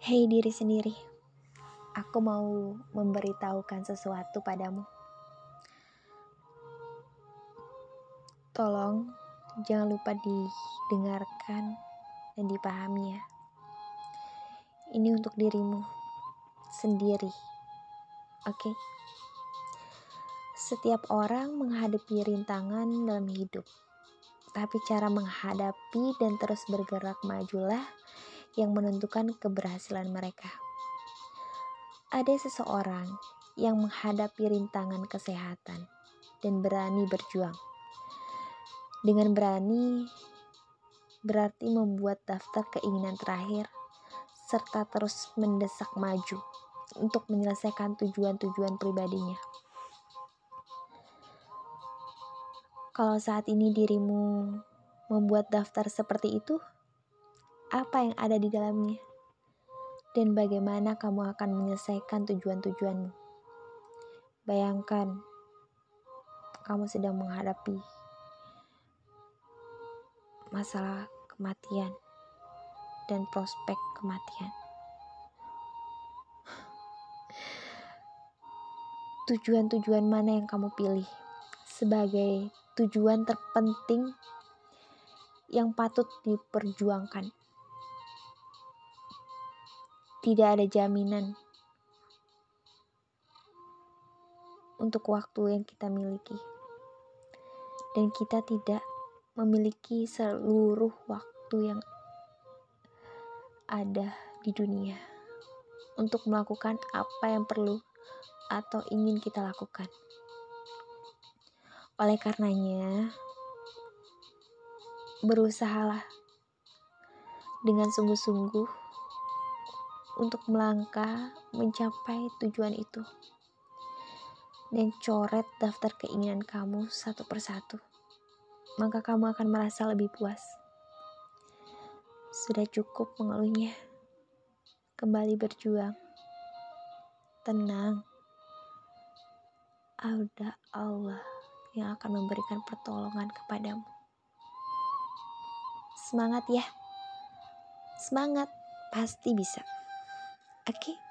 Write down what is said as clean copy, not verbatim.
Hei diri sendiri, aku mau memberitahukan sesuatu padamu. Tolong jangan lupa didengarkan dan dipahami ya. Ini untuk dirimu sendiri, oke? Setiap orang menghadapi rintangan dalam hidup, tapi cara menghadapi dan terus bergerak majulah yang menentukan keberhasilan mereka. Ada seseorang yang menghadapi rintangan kesehatan dan berani berjuang. Dengan berani berarti membuat daftar keinginan terakhir serta terus mendesak maju untuk menyelesaikan tujuan-tujuan pribadinya. Kalau saat ini dirimu membuat daftar seperti itu, apa yang ada di dalamnya? Dan bagaimana kamu akan menyelesaikan tujuan-tujuanmu? Bayangkan, kamu sedang menghadapi masalah kematian dan prospek kematian. Tujuan-tujuan mana yang kamu pilih sebagai tujuan terpenting yang patut diperjuangkan? Tidak ada jaminan untuk waktu yang kita miliki, dan kita tidak memiliki seluruh waktu yang ada di dunia untuk melakukan apa yang perlu atau ingin kita lakukan. Oleh karenanya, berusahalah dengan sungguh-sungguh untuk melangkah mencapai tujuan itu, dan coret daftar keinginan kamu satu persatu. Maka kamu akan merasa lebih puas. Sudah cukup mengeluhnya. Kembali berjuang. Tenang. Ada Allah yang akan memberikan pertolongan kepadamu. Semangat ya. Semangat, pasti bisa. Oke?